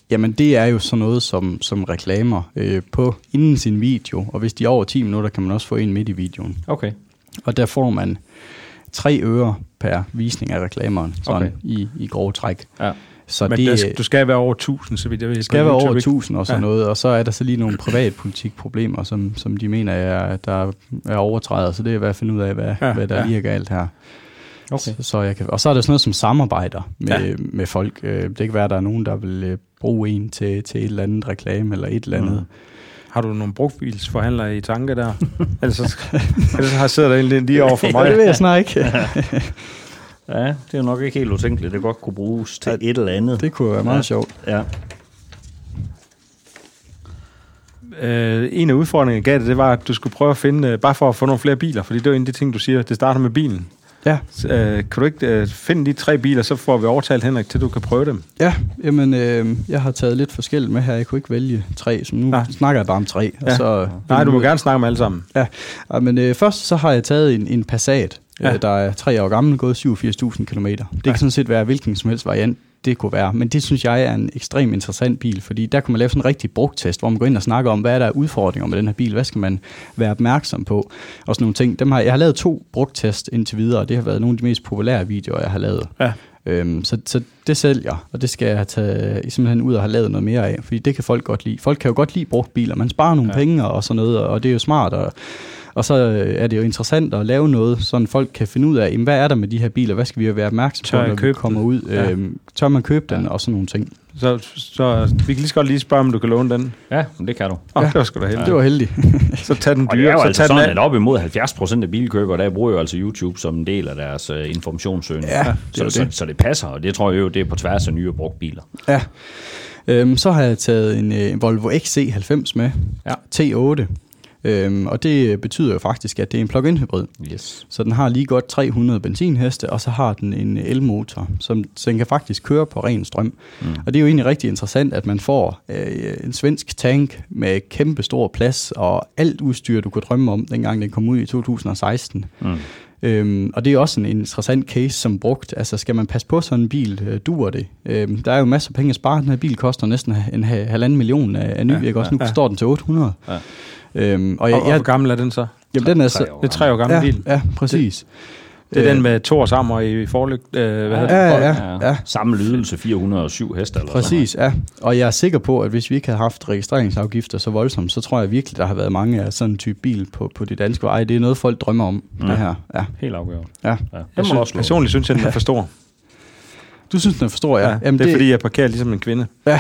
Jamen, det er jo sådan noget som, som reklamer øh, på inden sin video, og hvis de er over ti minutter, kan man også få en midt i videoen. Okay. Og der får man tre øre per visning af reklameren, sådan okay. i, i grove træk. Ja. Så men det, det, du skal være over tusind, så vidt jeg ved. Det skal være over tusind og sådan ja. noget, og så er der så lige nogle privatpolitikproblemer, som, som de mener, er, der er overtrædet, så det er ved at finde ud af, hvad, ja, hvad der ja. lige er galt her. Okay. Så, så jeg kan, og så er der sådan noget som samarbejder med, ja. med folk. Det kan være, at der er nogen, der vil bruge en til, til et eller andet reklame, eller et eller andet. Mm. Har du nogle brugtbilsforhandlere i tanke der? ellers, ellers har jeg siddet der egentlig lige over for mig. Ja, det ved jeg snart ikke. Ja, det er jo nok ikke helt utænkeligt. Det godt kunne bruges til ja, et eller andet. Det kunne være meget ja. sjovt. Ja. Øh, en af udfordringerne gav det, det var, at du skulle prøve at finde, bare for at få nogle flere biler, fordi det er jo en af de ting, du siger, det starter med bilen. Ja. Så, øh, kan du ikke øh, finde de tre biler, så får vi overtalt Henrik til, du kan prøve dem? Ja, jamen, øh, jeg har taget lidt forskelligt med her. Jeg kunne ikke vælge tre, så nu ja. snakker jeg bare om tre. Ja. Og så, Nej, du må gerne snakke om alle sammen. Ja, ja men øh, først så har jeg taget en, en Passat, ja. øh, der er tre år gammel, gået syvogfirs tusind kilometer. Det ja. kan sådan set være hvilken som helst variant, det kunne være. Men det synes jeg er en ekstremt interessant bil, fordi der kan man lave sådan en rigtig brugttest, hvor man går ind og snakker om, hvad er der udfordringer med den her bil, hvad skal man være opmærksom på, og sådan nogle ting. Dem har, jeg har lavet to brugttest indtil videre, og det har været nogle af de mest populære videoer, jeg har lavet. Ja. Øhm, så, så det sælger, og det skal jeg tage simpelthen ud og have lavet noget mere af, fordi det kan folk godt lide. Folk kan jo godt lide brugt biler, man sparer nogle ja. penge og sådan noget, og det er jo smart, og Og så er det jo interessant at lave noget, så folk kan finde ud af, jamen, hvad er der med de her biler, hvad skal vi være opmærksom på, når vi kommer ud, ja. øhm, tør man købe den, ja. og sådan nogle ting. Så, så vi kan lige så godt lige spørge, om du kan låne den. Ja, det kan du. Oh, ja. Det var sgu da heldigt. Ja. Det var heldigt. Så tag den dyre. Og det er jo så altså sådan, at op imod halvfjerds procent af bilkøbere, der bruger jo altså YouTube som en del af deres uh, informationssøgning. Ja, så, det. Så, så det passer, og det tror jeg jo, det er på tværs af nye og brugt biler. Ja. Øhm, så har jeg taget en, en Volvo X C halvfems med, ja. T otte. Øhm, og det betyder jo faktisk, at det er en plug-in hybrid. Yes. Så den har lige godt tre hundrede benzinheste, og så har den en elmotor, som så den kan faktisk køre på ren strøm. Mm. Og det er jo egentlig rigtig interessant, at man får øh, en svensk tank med kæmpe stor plads, og alt udstyr, du kunne drømme om, dengang den kom ud i to tusind og seksten. Mm. Øhm, og det er også en interessant case som brugt. Altså skal man passe på sådan en bil, øh, duer det? Øhm, der er jo masser af penge at spare. Den her bil koster næsten en halvanden million af, af ny, ja, ikke? Også nu ja. står den til otte hundrede. Ja. Øhm, og, jeg, og, og hvor gammel er den så? Jamen, den er så, det er tre år gammel ja, bil. Ja, præcis. Det, det er øh, den med to års armer i forlygt. Øh, hvad ja, ja, ja, ja. Samme lydelse, fire hundrede og syv heste. Eller præcis, sådan. Ja. Og jeg er sikker på, at hvis vi ikke havde haft registreringsafgifter så voldsomt, så tror jeg virkelig, der har været mange af sådan en type bil på, på de danske veje. Det er noget, folk drømmer om, mm. det her. Ja. Helt afgjort. Ja. Ja. Jeg synes, personligt synes jeg, den er for stor. Du synes, den er for stor, ja. ja Jamen, det er det... fordi, jeg parkerer ligesom en kvinde. Ja.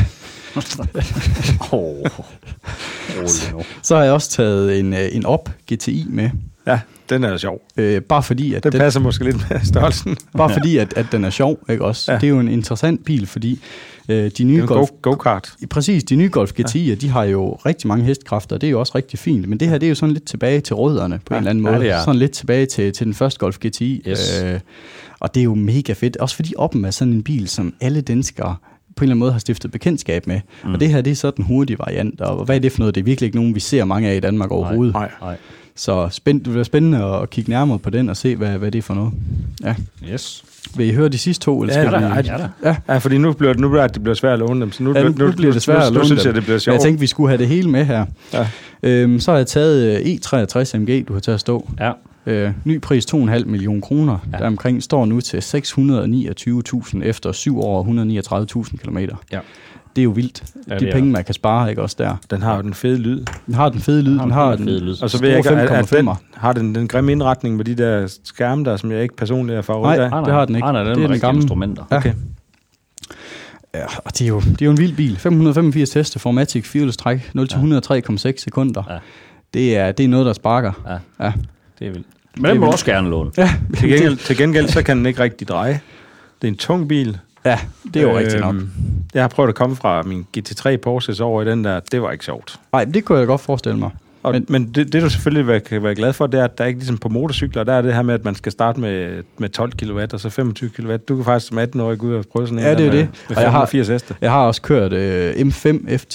oh. Så har jeg også taget en, en Op G T I med. Ja, den er sjov. Øh, bare fordi, at det den, passer måske lidt med størrelsen. Bare fordi, at, at den er sjov, ikke også? Ja. Det er jo en interessant bil, fordi øh, de nye Golf... Go-kart. Præcis, de nye Golf G T I'er, ja. de har jo rigtig mange hestekræfter, og det er jo også rigtig fint. Men det her, det er jo sådan lidt tilbage til rødderne, på ja. en eller anden måde. Ja, sådan lidt tilbage til, til den første Golf G T I. Yes. Øh, og det er jo mega fedt. Også fordi Op'en er sådan en bil, som alle danskere på en eller anden måde har stiftet bekendtskab med. Mm. Og det her, det er så den hurtige variant. Og hvad er det for noget? Det er virkelig ikke nogen, vi ser mange af i Danmark overhovedet. Nej, nej. Så spænd, det bliver spændende at kigge nærmere på den og se, hvad, hvad det er for noget. Ja. Yes. Vil I høre de sidste to? Eller ja, skal der, vi... ja, ja. ja, fordi nu bliver det, nu bliver det, det bliver svært at låne dem. Så nu, ja, nu, nu, nu bliver det svært at låne nu, synes dem. Jeg, det bliver sjovt. Jeg tænkte, vi skulle have det hele med her. Ja. Øhm, så har jeg taget E treogtres A M G, du har taget at stå. Ja. Øh, ny pris to komma fem millioner kroner. Ja. Der omkring står nu til seks hundrede og niogtyve tusind efter syv år og et hundrede og niogtredive tusind kilometer. Ja. Det er jo vildt. Ja, de penge, man kan spare, ikke også der. Den har jo den fede lyd. Den har den fede lyd. Den har den, fede lyd. Og så ved jeg ikke, at, at den har den, den grimme indretning med de der skærme der, som jeg ikke personligt er favorit af. Nej, det har den ikke. Nej, det er den gamle instrumenter. Ja. Okay. Ja, og det er, jo, det er jo en vild bil. fem hundrede og femogfirs heste, Formatic firehjulstræk, nul til hundrede og tre komma seks sekunder. Ja. Det, er, det er noget, der sparker. Ja, ja. Det er vildt. Men den må også gerne låne. Ja. Til, gengæld, til gengæld, så kan den ikke rigtig dreje. Det er en tung bil. Ja, det er jo øhm, rigtigt nok. Jeg har prøvet at komme fra min G T tre Porsche over i den der. Det var ikke sjovt. Nej, det kunne jeg godt forestille mig. Og, men men det, det, du selvfølgelig kan være glad for, det er, at der er ikke ligesom på motorcykler, der er det her med, at man skal starte med, med tolv kilowatt og så femogtyve kilowatt. Du kan faktisk som atten-årig gå ud og prøve sådan en. Ja, det er med, det. med femogfirs heste. Jeg har også kørt øh, M fem F ti.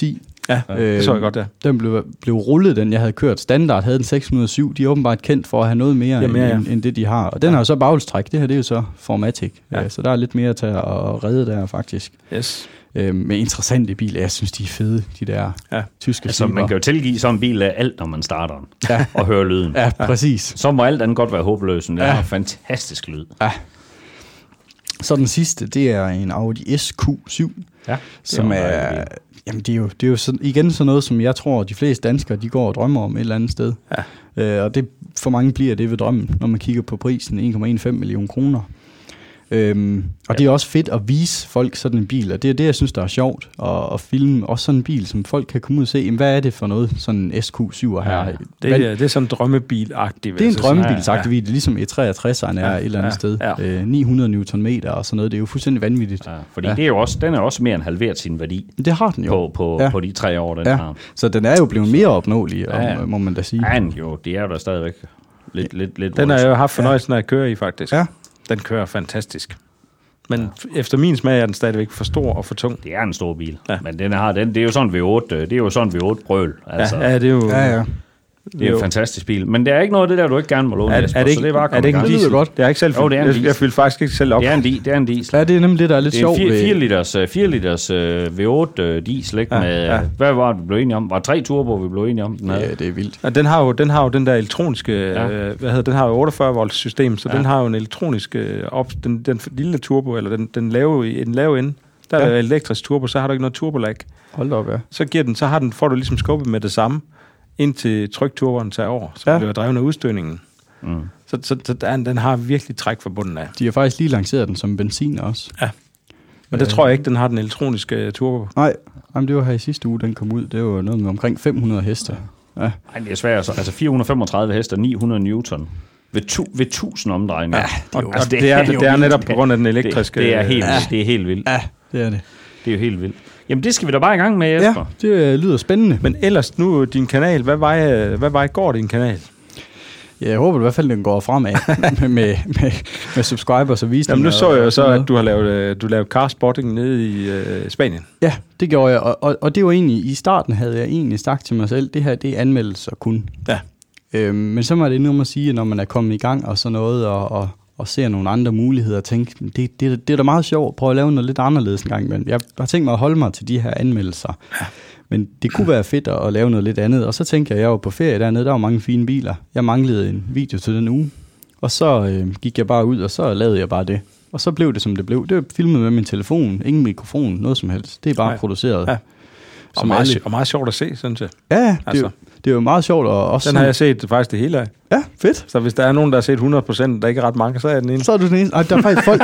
Ja, øh, det så jeg godt, ja. Den blev, blev rullet, den jeg havde kørt. Standard havde den seks hundrede og syv. De er åbenbart kendt for at have noget mere, Jamen, end, ja. end, end det, de har. Og den ja. har jo så baghjulstræk. Det her, det er jo så Formatic. Ja. Så der er lidt mere til at redde der, faktisk. Yes. Øh, med interessante biler. Jeg synes, de er fede, de der ja. tyske altså, man kan jo tilgive sådan en bil af alt, når man starter den. Ja. Og hører lyden. Ja, præcis. Så må alt andet godt være håbløst. Det ja. er en fantastisk lyd. Ja. Så den sidste, det er en Audi S Q syv. Ja, som er... er jamen, det er jo, det er jo sådan, igen sådan noget, som jeg tror, de fleste danskere, de går og drømmer om et eller andet sted. Ja. Øh, og det for mange bliver det ved drømmen, når man kigger på prisen, en komma femten millioner kroner. Øhm, og ja. det er også fedt at vise folk sådan en bil, og det er det, jeg synes, der er sjovt, at, at filme også sådan en bil, som folk kan komme ud og se, jamen, hvad er det for noget, sådan en S Q syv her? Ja, det, er, det er sådan en drømmebil-agtig. Det er en drømmebil-agtig, ja, ja. ligesom E treogtreseren er ja, et eller andet ja, sted. Ja. Øh, ni hundrede newtonmeter og sådan noget, det er jo fuldstændig vanvittigt. Ja, fordi ja. det er jo også, den er også mere end halveret sin værdi. Det har den jo. På, på, ja. på de tre år, den ja. har. Så den er jo blevet mere opnåelig, ja, ja. må man da sige. Ja, jo, det er jo der stadigvæk lidt, lidt, lidt den har jeg jo haft fornøjelsen af at køre i, faktisk. Ja. Den kører fantastisk. Men ja. efter min smag er den stadigvæk for stor og for tung. Det er en stor bil, ja. men den har den. Det er jo sådan en V otte. Det er jo sådan en V otte brøl. Altså. Ja, ja, det er jo. Ja, ja. Det er jo en fantastisk bil, men det er ikke noget af det der, du ikke gerne må låne. Er, er det ikke, så det er, bare er det ikke en diesel? Det, godt. det er ikke selv. Jo, det er en diesel. Jeg, jeg fylder faktisk ikke selv op. Det er en, di- det er en diesel. Ja, det er nemlig det, der er lidt sjovt. Det er en fire liters, fire liters uh, V otte uh, diesel, ikke? Ja, med, ja. Hvad var det, vi blev enige om? Var det tre turbo, vi blev enige om? Den ja, det er vildt. Ja, den har jo den har jo den der elektroniske, ja. øh, hvad hedder den har jo otteogfyrre volts system, så ja. den har jo en elektronisk øh, op, den, den lille turbo eller den den lave en lave ende. Der ja. er elektrisk turbo, så har du ikke noget turbolag. Hold op, ja. Så giver den, så har den får du ligesom skubbet med det samme. Indtil trykturboen tager over, så ja. bliver drevet af udstødningen. Mm. Så, så, så den, den har virkelig træk fra bunden af. De har faktisk lige lanceret den som benzin også. Ja. Men det øh. tror jeg ikke, den har den elektroniske turbo. Nej, jamen, det var her i sidste uge, den kom ud. Det var noget med omkring fem hundrede heste. Ja. Ej, det er svært. Altså, altså fire hundrede femogtredive heste og ni hundrede newton. Ved, tu, ved tusind omdrejninger. Ja, det er, jo, altså, det, det, er, det, det er netop på grund af den elektriske... Det, det, er, helt, ja. det er helt vildt. Ja, det er det. Det er jo helt vildt. Jamen, det skal vi da bare i gang med, Jesper. Ja, det lyder spændende. Men ellers nu, din kanal, hvad vej, hvad vej går din kanal? Ja, jeg håber i hvert fald, den går fremad med, med, med, med subscribers og visninger. Jamen, nu så jeg jo så, at du har lavet, du lavede carspotting nede i øh, Spanien. Ja, det gjorde jeg, og, og, og det var egentlig, i starten havde jeg egentlig sagt til mig selv, det her, det er anmeldelser kun. Ja. Øhm, men så må det endnu at sige, at når man er kommet i gang og sådan noget, og... og og ser nogle andre muligheder og tænke, det, det, det er da meget sjovt at prøve at lave noget lidt anderledes en gang imellem. Jeg har tænkt mig at holde mig til de her anmeldelser, ja. men det kunne være fedt at lave noget lidt andet. Og så tænkte jeg, at jeg var på ferie dernede, der var mange fine biler. Jeg manglede en video til den uge, og så øh, gik jeg bare ud, og så lavede jeg bare det. Og så blev det, som det blev. Det var filmet med min telefon, ingen mikrofon, noget som helst. Det er bare Nej. produceret. Ja. Og, meget, og meget sjovt at se, synes jeg. Ja, det, altså. er, det er jo meget sjovt. Og også den har jeg set faktisk det hele af. Ja, fedt. Så hvis der er nogen, der har set hundrede procent, der er ikke ret mange, så er den ene. Så er du den ene. Og der er faktisk folk...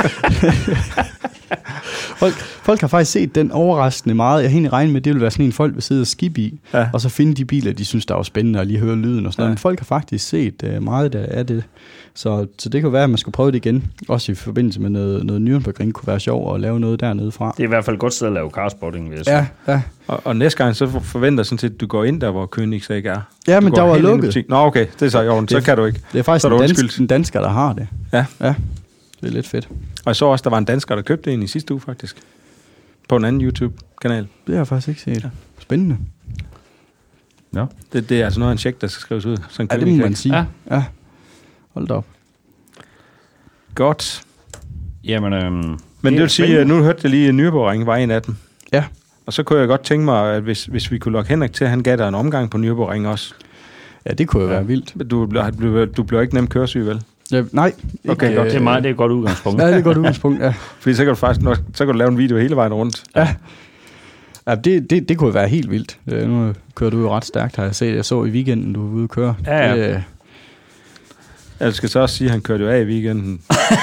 folk... Folk har faktisk set den overraskende meget. Jeg har egentlig regnet med, at det ville være sådan en, folk vil sidde og skibbe i, ja. og så finde de biler, de synes, der er spændende, og lige høre lyden og sådan noget. Ja. Men folk har faktisk set uh, meget af det. Så, så det kunne være, at man skulle prøve det igen. Også i forbindelse med noget, noget Nürburgring kunne være sjovt at lave noget dernede fra. Det er i hvert fald et godt sted at lave carspotting, vil jeg sige. Ja, ja. Og, og næste gang, så forventer sådan set, at du går ind der, hvor Königsegg ikke er. Ja, men der var lukket. Nå, okay, det er så i orden. Så kan du ikke. Det er faktisk en, dansk, en dansker, der har det. Ja. Ja, det er lidt fedt. Og jeg så også, der var en dansker, der købte en i sidste uge, faktisk. På en anden YouTube-kanal. Det har jeg faktisk ikke set. Ja. Spændende. Ja. Det, det er altså noget af en check, der skal skrives ud. Ja, det må man sige. Ja. ja. Hold da op. Godt. Jamen, øhm, Men det, det vil sige, at nu hørte jeg lige, at Nürburgring var en af dem. Ja. Og så kunne jeg godt tænke mig, at hvis, hvis vi kunne lokke Henrik til, at han gav dig en omgang på Nürburgring også. Ja, det kunne jo ja. være vildt. Du, du, du bliver ikke nemt køresyg, vel? Ja, nej. Okay, godt. Det er meget, det er et godt udgangspunkt. Ja, det er et godt udgangspunkt, ja. Fordi så kan du faktisk nok, så kan du lave en video hele vejen rundt. Ja. Ja, det, det, det kunne være helt vildt. Nu kører du jo ret stærkt, har jeg set. Jeg så i weekenden, du var ude at køre. Ja, ja. Det, jeg skal så også sige, at han kørte jo af i weekenden.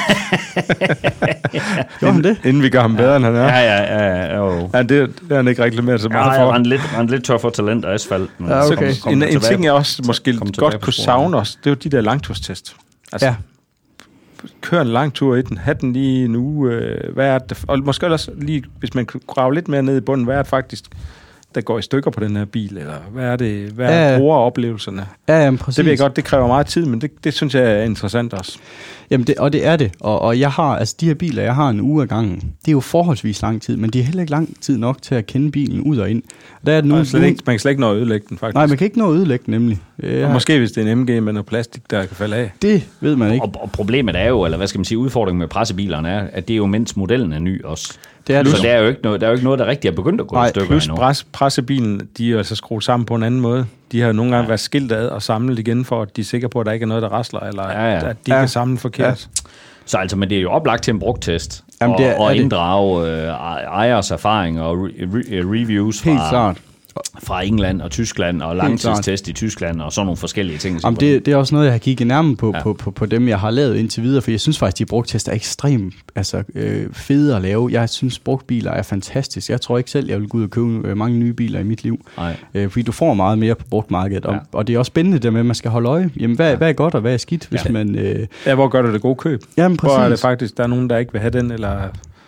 Gjorde han det? Inden vi gør ham bedre, ja. end han er. Ja, ja, ja. Jo. Ja, det, det har han ikke reklameret så meget ja, for. Ja, han er lidt, lidt tør for talent og asfalt. Ja, okay. Kom, kom en, en ting, jeg også måske godt kunne savne os, det er jo de der langturstest. Altså, ja. Kør en lang tur i den, have den lige en uge, øh, hvad er det, og måske også lige, hvis man kunne grave lidt mere ned i bunden, hvad er det faktisk, der går i stykker på den her bil, eller hvad er det, hvad er ja, brugeroplevelserne? Ja, jamen, præcis. Det ved jeg godt, det kræver meget tid, men det, det synes jeg er interessant også. Jamen, det, og det er det, og, og jeg har, altså de her biler, jeg har en uge ad gangen, det er jo forholdsvis lang tid, men det er heller ikke lang tid nok til at kende bilen ud og ind. Der er nogle, slet ikke, man kan slet ikke nå at ødelægge den, faktisk. Nej, man kan ikke nå at ødelægge den, nemlig. Ja. Måske hvis det er en M G med noget plastik, der kan falde af. Det ved man ikke. Og, og problemet er jo, eller hvad skal man sige, udfordringen med pressebilerne er, at det er jo mens modellen er ny også. Det er så der er, jo ikke noget, der er jo ikke noget, der rigtig er begyndt at gå Nej, i stykker plus pres, pressebilen, de er jo altså skruet sammen på en anden måde. De har jo nogle gange ja. været skilt ad og samlet igen, for at de er sikre på, at der ikke er noget, der rasler, eller ja, ja. at de ja. kan samle forkert. Ja. Så altså, men det er jo oplagt til en brugttest, Jamen, og, det er, og er inddrage øh, ejers erfaring og re- re- reviews fra... Helt klart. fra England og Tyskland og langtidstest i Tyskland og sådan nogle forskellige ting. Jamen det, det er også noget, jeg har kigget nærmere på, ja. på, på, på dem, jeg har lavet indtil videre, for jeg synes faktisk, de brugttester er ekstremt altså, øh, fede at lave. Jeg synes, brugtbiler er fantastisk. Jeg tror ikke selv, jeg vil gå ud og købe øh, mange nye biler i mit liv, øh, fordi du får meget mere på brugtmarkedet, og, ja. og det er også spændende det med, at man skal holde øje. Jamen, hvad, ja. hvad er godt og hvad er skidt, hvis ja. man... Øh... Ja, hvor gør du det gode køb? Jamen, præcis. Hvor er det faktisk, der er nogen, der ikke vil have den, eller...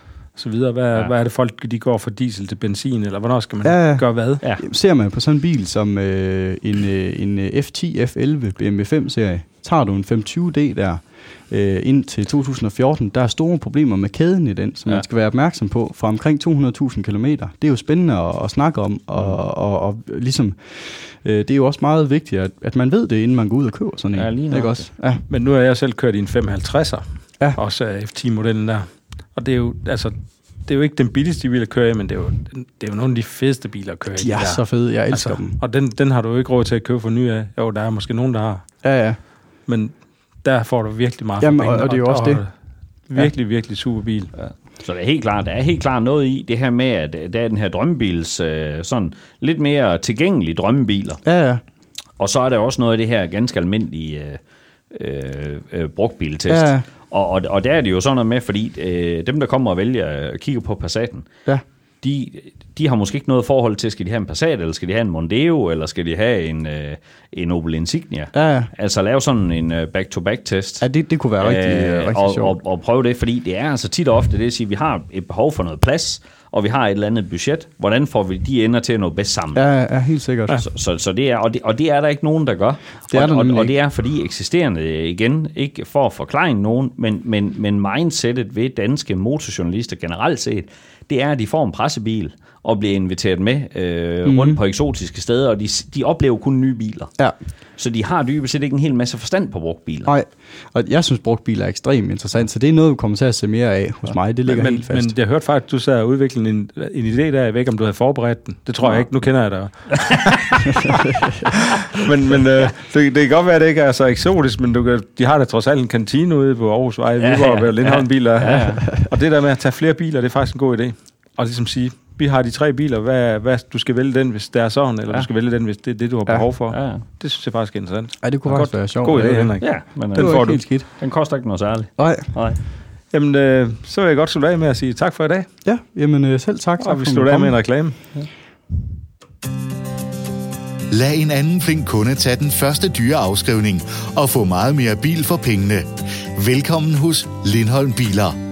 så videre. Hvad, ja. hvad er det folk, de går fra diesel til benzin, eller hvornår skal man ja. gøre hvad? Ja. Ser man på sådan en bil som øh, en, øh, en F ti, F elleve B M W fem-serie, tager du en fem tyve D der øh, ind til to tusind og fjorten, der er store problemer med kæden i den, som ja. man skal være opmærksom på, fra omkring to hundrede tusind kilometer. Det er jo spændende at, at snakke om, og, og, og, og ligesom, øh, det er jo også meget vigtigt, at, at man ved det, inden man går ud og køber sådan en. Ja, lige nok. Ikke også? Ja. Men nu har jeg selv kørt i en fem halvtredser, ja. også af F ti-modellen der, og det er jo, altså, det er jo ikke den billigste bil at køre i, men det er jo, det er jo nogle af de fedeste biler at køre i. De er så fede, jeg elsker altså, dem. Og den, den har du jo ikke råd til at købe for ny af. Jo, der er måske nogen, der har. Ja, ja. Men der får du virkelig meget Jamen, for penge. Og, og det er jo også og, det. Virkelig, ja. virkelig super bil. Ja. Så det er helt klart, der er helt klart noget i det her med, at der er den her drømmebils, øh, sådan lidt mere tilgængelige drømmebiler. Ja, ja. Og så er der også noget af det her ganske almindelige øh, øh, brugtbiltest. Ja, ja. Og, og, og der er det jo sådan noget med, fordi øh, dem, der kommer og vælger og kigger på Passaten, ja. de, de har måske ikke noget forhold til, skal de have en Passat, eller skal de have en Mondeo, eller skal de have en, øh, en Opel Insignia. Ja, ja. Altså lave sådan en uh, back-to-back-test. Ja, det, det kunne være rigtig, øh, rigtig og, sjovt. Og, og prøve det, fordi det er altså tit og ofte det at sige, at vi har et behov for noget plads, og vi har et eller andet budget. Hvordan får vi de ender til at nå bedst sammen? Ja, ja helt sikkert. Ja. Så, så, så det er, og, det, og det er der ikke nogen, der gør. Det er og, der og, og det er fordi eksisterende, igen, ikke for at forklare nogen, men, men, men mindsetet ved danske motorjournalister generelt set, det er, at de får en pressebil og bliver inviteret med øh, mm. rundt på eksotiske steder, og de, de oplever kun nye biler. Ja. Så de har dybest set ikke en hel masse forstand på brugtbiler. Nej, og jeg synes, brugtbiler er ekstremt interessant, så det er noget, vi kommer til at se mere af hos mig. Det ligger men, helt fast. Men jeg hørte faktisk, at du sad og udviklede en, en idé der, jeg ved ikke, om du havde forberedt den. Det tror ja. jeg ikke, nu kender jeg dig. men men øh, det, det kan godt være, at det ikke er så eksotisk, men du kan, de har da trods alt en kantine ude på Aarhus Vej, ja, Viborg, ja, Lindholm biler. Ja, ja. Og det der med at tage flere biler, det er faktisk en god idé. Og ligesom sige, vi har de tre biler, hvad, hvad, du skal vælge den, hvis det er sådan, eller ja. du skal vælge den, hvis det er det, du har behov for. Ja, ja. Det synes jeg faktisk er interessant. Ja, det kunne faktisk være sjovt. God idé, Henrik. Ja, men den får du. Skidt. Den koster ikke noget særligt. Nej. Nej. Jamen, øh, så vil jeg godt slutte af med at sige tak for i dag. Ja, jamen øh, selv tak. tak og vi slutter af med en reklame. Ja. Lad en anden flink kunde tage den første dyre afskrivning og få meget mere bil for pengene. Velkommen hos Lindholm Biler.